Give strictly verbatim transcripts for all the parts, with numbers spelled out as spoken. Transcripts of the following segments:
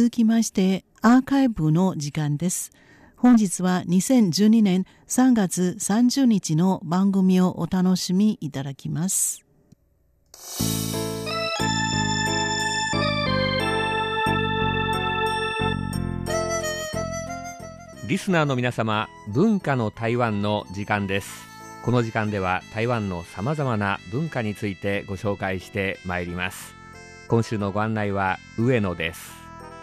続きましてアーカイブの時間です。本日はにせんじゅうにねんさんがつさんじゅうにちの番組をお楽しみいただきます。 リスナーの皆様、文化の台湾の時間です。この時間では台湾のさまざまな文化についてご紹介してまいります。今週のご案内は上野です。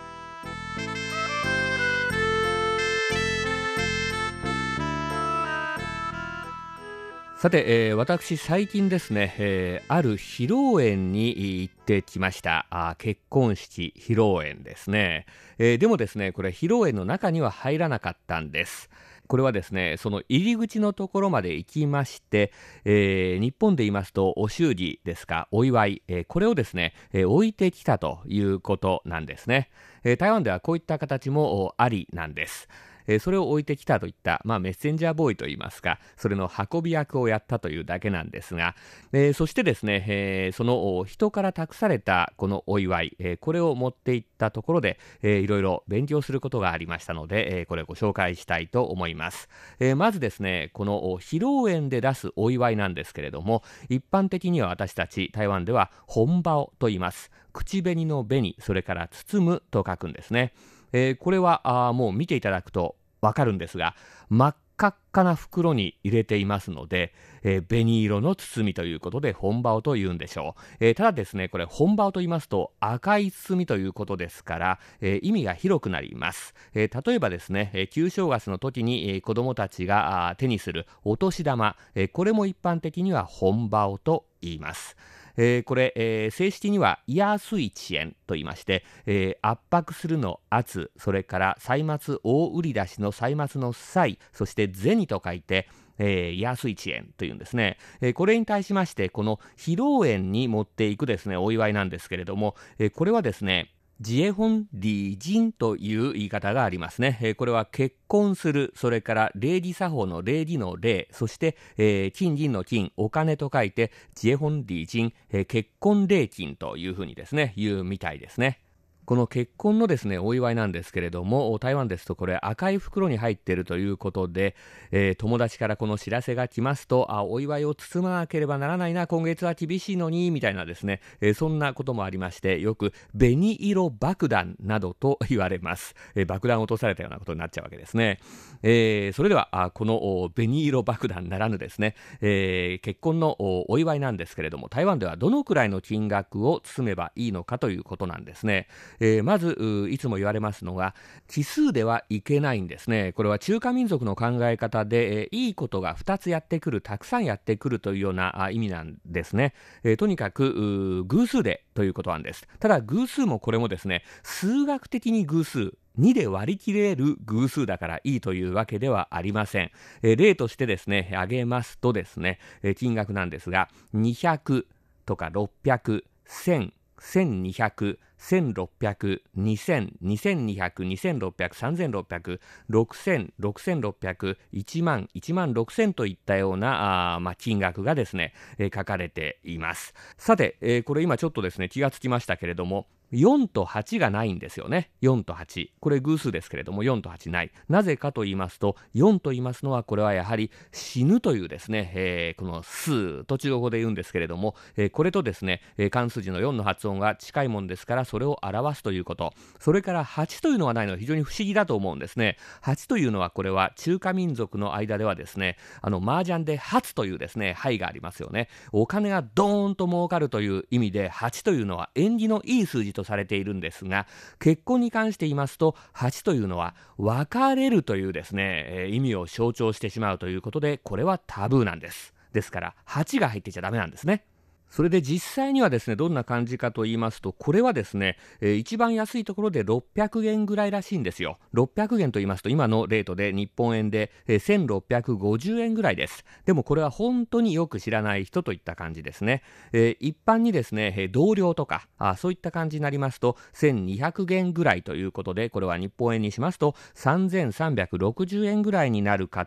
さて、えー、私最近ですね、えー、ある披露宴に行ってきました。あ、結婚式披露宴ですね、えー、でもですね、これ披露宴の中には入らなかったんです。これはですね、その入り口のところまで行きまして、えー、日本で言いますとお祝儀ですか、お祝い、えー、これをですね、えー、置いてきたということなんですね。えー、台湾ではこういった形もありなんです。えー、それを置いてきたといった、まあ、メッセンジャーボーイといいますか、それの運び役をやったというだけなんですが、えー、そしてですね、えー、その人から託されたこのお祝い、えー、これを持っていったところで、えー、いろいろ勉強することがありましたので、えー、これをご紹介したいと思います。えー、まずですね、この披露宴で出すお祝いなんですけれども、一般的には私たち台湾では本baoと言います。口紅の紅、それから包むと書くんですね。えー、これはあもう見ていただくとわかるんですが、真っ赤っかな袋に入れていますので、えー、紅色の包みということで本baoというんでしょう。えー、ただですね、これ本baoと言いますと赤い包みということですから、えー、意味が広くなります。えー、例えばですね、えー、旧正月の時に、えー、子どもたちが手にするお年玉、えー、これも一般的には本baoと言います。えー、これ、えー、正式にはヤースイ遅延と言いまして、えー、圧迫するの圧、それから歳末大売り出しの歳末の歳、そして銭と書いて、えー、ヤースイ遅延というんですね。えー、これに対しましてこの披露宴に持っていくですねお祝いなんですけれども、えー、これはですねジエホンリージンという言い方がありますね。えー、これは結婚する、それから礼儀作法の礼儀の礼、そして、えー、金銀の金、お金と書いてジエホンリージン、えー、結婚礼金というふうにですね言うみたいですね。この結婚のですねお祝いなんですけれども、台湾ですとこれ赤い袋に入っているということで、えー、友達からこの知らせが来ますと、あお祝いを包まなければならないな、今月は厳しいのにみたいなですね、えー、そんなこともありまして、よく紅色爆弾などと言われます。えー、爆弾を落とされたようなことになっちゃうわけですね。えー、それではあこの紅色爆弾ならぬですね、えー、結婚のお祝いなんですけれども、台湾ではどのくらいの金額を包めばいいのかということなんですね。えー、まずいつも言われますのが奇数ではいけないんですね。これは中華民族の考え方で、えー、いいことがふたつやってくる、たくさんやってくるというような意味なんですね。えー、とにかく偶数でということなんです。ただ偶数もこれもですね、数学的に偶数にで割り切れる偶数だからいいというわけではありません。えー、例としてですね挙げますとですね、えー、金額なんですがにひゃくとかろっぴゃく、せん、せんにひゃく、せんろっぴゃく、にせん、にせんにひゃく、にせんろっぴゃく、さんぜんろっぴゃく、ろくせん、ろくせんろっぴゃく、いちまん、いちまんろくせんといったようなあ、まあ、金額がですね、えー、書かれています。さて、えー、これ今ちょっとですね気がつきましたけれども、よんとはちがないんですよね。よんとはち、これ偶数ですけれどもよんとはちない。なぜかと言いますと、よんと言いますのはこれはやはり死ぬというですね、えー、この数と中国語で言うんですけれども、えー、これとですね、えー、漢数字のよんの発音が近いもんですから、それを表すということ。それからはちというのはないのは非常に不思議だと思うんですね。はちというのはこれは中華民族の間ではですね、あの麻雀で発というですね牌がありますよね。お金がドーンと儲かるという意味ではちというのは縁起のいい数字とされているんですが、結婚に関して言いますとはちというのは別れるというですね、えー、意味を象徴してしまうということで、これはタブーなんです。ですからはちが入ってちゃダメなんですね。それで実際にはですねどんな感じかと言いますと、これはですね、えー、一番安いところでろっぴゃくえんぐらいらしいんですよ。ろっぴゃくえんと言いますと今のレートで日本円で、えー、せんろっぴゃくごじゅうえんぐらいです。でもこれは本当によく知らない人といった感じですね。えー、一般にですね、えー、同僚とかあそういった感じになりますとせんにひゃくえんぐらいということで、これは日本円にしますとさんぜんさんびゃくろくじゅうえんぐらいになるかと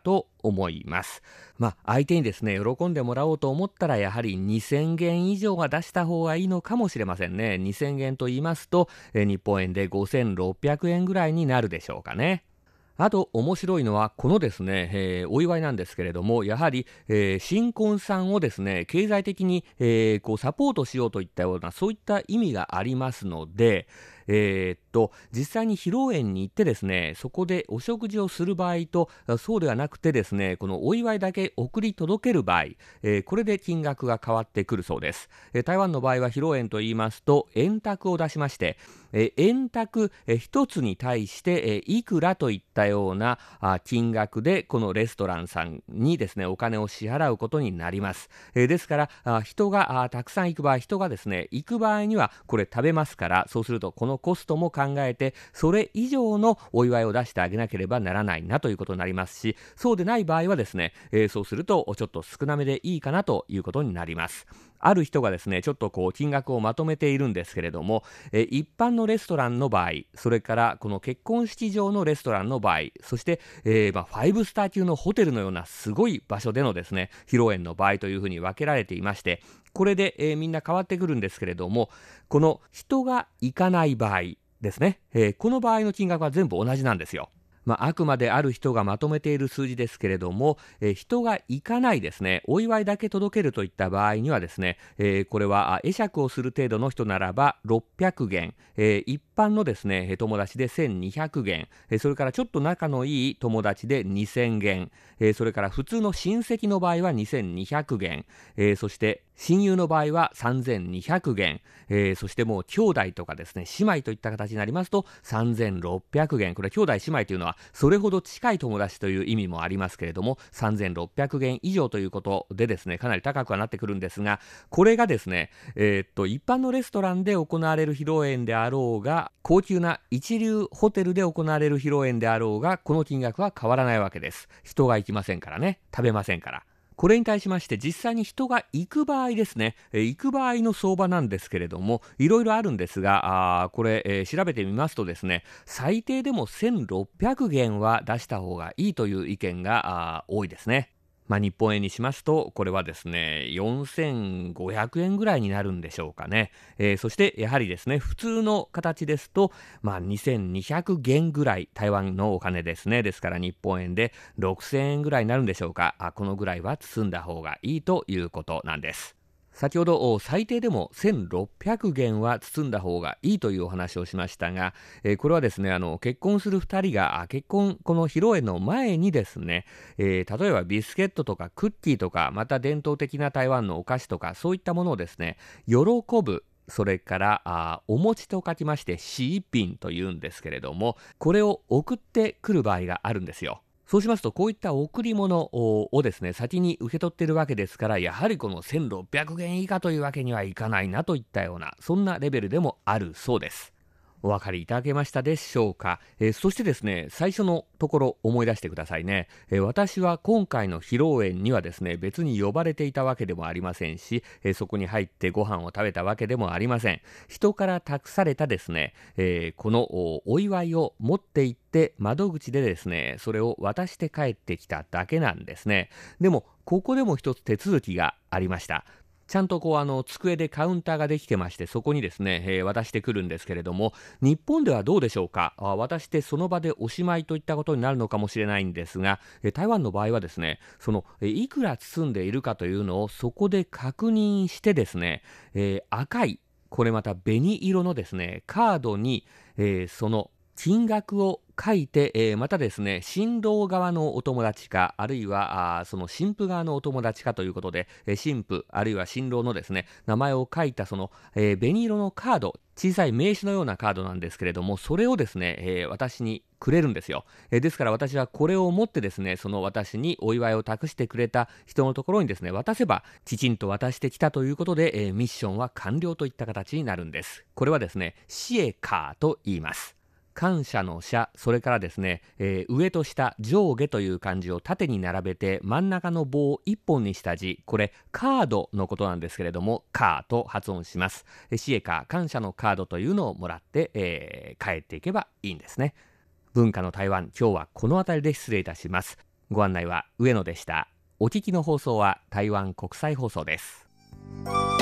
思います。まあ相手にですね喜んでもらおうと思ったらやはりにせんげん以上は出した方がいいのかもしれませんね。にせんえんと言いますと、えー、日本円でごせんろっぴゃくえんぐらいになるでしょうかね。あと面白いのはこのですね、えー、お祝いなんですけれども、やはり、えー、新婚さんをですね経済的に、えー、こうサポートしようといったようなそういった意味がありますので、えー、っと実際に披露宴に行ってですねそこでお食事をする場合とそうではなくてですねこのお祝いだけ送り届ける場合、えー、これで金額が変わってくるそうです。えー、台湾の場合は披露宴と言いますと円卓を出しまして、えー、円卓一つに対して、えー、いくらといったようなあ金額でこのレストランさんにですねお金を支払うことになります。えー、ですからあ人があたくさん行く場合人がですね行く場合にはこれ食べますから、そうするとこのコストも考えてそれ以上のお祝いを出してあげなければならないなということになりますし、そうでない場合はですね、えー、そうするとちょっと少なめでいいかなということになります。ある人がですねちょっとこう金額をまとめているんですけれども、えー、一般のレストランの場合、それからこの結婚式場のレストランの場合、そして、えーまあ、ファイブスター級のホテルのようなすごい場所でのですね披露宴の場合というふうに分けられていまして、これで、えー、みんな変わってくるんですけれども、この人が行かない場合ですね、えー、この場合の金額は全部同じなんですよ。まあ、あくまである人がまとめている数字ですけれども、えー、人が行かないですねお祝いだけ届けるといった場合にはですね、えー、これは会釈をする程度の人ならばろっぴゃくげん、えー、一般のですね友達でせんにひゃくげん、えー、それからちょっと仲のいい友達でにせんげん、えー、それから普通の親戚の場合はにせんにひゃくげん、えー、そして親友の場合はさんぜんにひゃくげん、えー、そしてもう兄弟とかですね姉妹といった形になりますとさんぜんろっぴゃくげん、これ兄弟姉妹というのはそれほど近い友達という意味もありますけれどもさんぜんろっぴゃくげん以上ということでですねかなり高くはなってくるんですが、これがですね、えー、っと一般のレストランで行われる披露宴であろうが高級な一流ホテルで行われる披露宴であろうがこの金額は変わらないわけです。人が行きませんからね、食べませんから。これに対しまして実際に人が行く場合ですね、えー、行く場合の相場なんですけれどもいろいろあるんですが、あこれ、えー、調べてみますとですね最低でもせんろっぴゃくげんは出した方がいいという意見が多いですね。まあ、日本円にしますとこれはですねよんせんごひゃくえんぐらいになるんでしょうかね。えー、そしてやはりですね普通の形ですと、まあ、にせんにひゃくげんぐらい台湾のお金ですね。ですから日本円でろくせんえんぐらいになるんでしょうか。あこのぐらいは包んだ方がいいということなんです。先ほど最低でもせんろっぴゃくげんは包んだ方がいいというお話をしましたが、えー、これはですねあの結婚するふたりが結婚この披露宴の前にですね、えー、例えばビスケットとかクッキーとかまた伝統的な台湾のお菓子とかそういったものをですね喜ぶ、それからあお餅と書きましてシーピンというんですけれども、これを送ってくる場合があるんですよ。そうしますとこういった贈り物をですね先に受け取っているわけですから、やはりこのせんろっぴゃくげん以下というわけにはいかないなといったようなそんなレベルでもあるそうです。お分かりいただけましたでしょうか。えー、そしてですね最初のところ思い出してくださいね。えー、私は今回の披露宴にはですね別に呼ばれていたわけでもありませんし、えー、そこに入ってご飯を食べたわけでもありません。人から託されたですね、えー、この お, お祝いを持って行って窓口でですねそれを渡して帰ってきただけなんですね。でもここでも一つ手続きがありました。ちゃんとこうあの机でカウンターができてまして、そこにですね、えー、渡してくるんですけれども、日本ではどうでしょうか。あ渡してその場でおしまいといったことになるのかもしれないんですが、えー、台湾の場合はですねその、えー、いくら包んでいるかというのをそこで確認してですね、えー、赤いこれまた紅色のですねカードに、えー、その金額を書いて、えー、またですね新郎側のお友達かあるいはあその新婦側のお友達かということで、えー、新婦あるいは新郎のですね名前を書いたその、えー、紅色のカード、小さい名刺のようなカードなんですけれども、それをですね、えー、私にくれるんですよ。えー、ですから私はこれを持ってですねその私にお祝いを託してくれた人のところにですね渡せばきちんと渡してきたということで、えー、ミッションは完了といった形になるんです。これはですねシエカーと言います。感謝の謝、それからですね、えー、上と下上下という漢字を縦に並べて真ん中の棒を一本にした字、これカードのことなんですけれどもカーと発音します。シエカー、感謝のカードというのをもらって、えー、帰っていけばいいんですね。文化の台湾、今日はこの辺りで失礼いたします。 ご案内は上野でした。お聞きの放送は台湾国際放送です。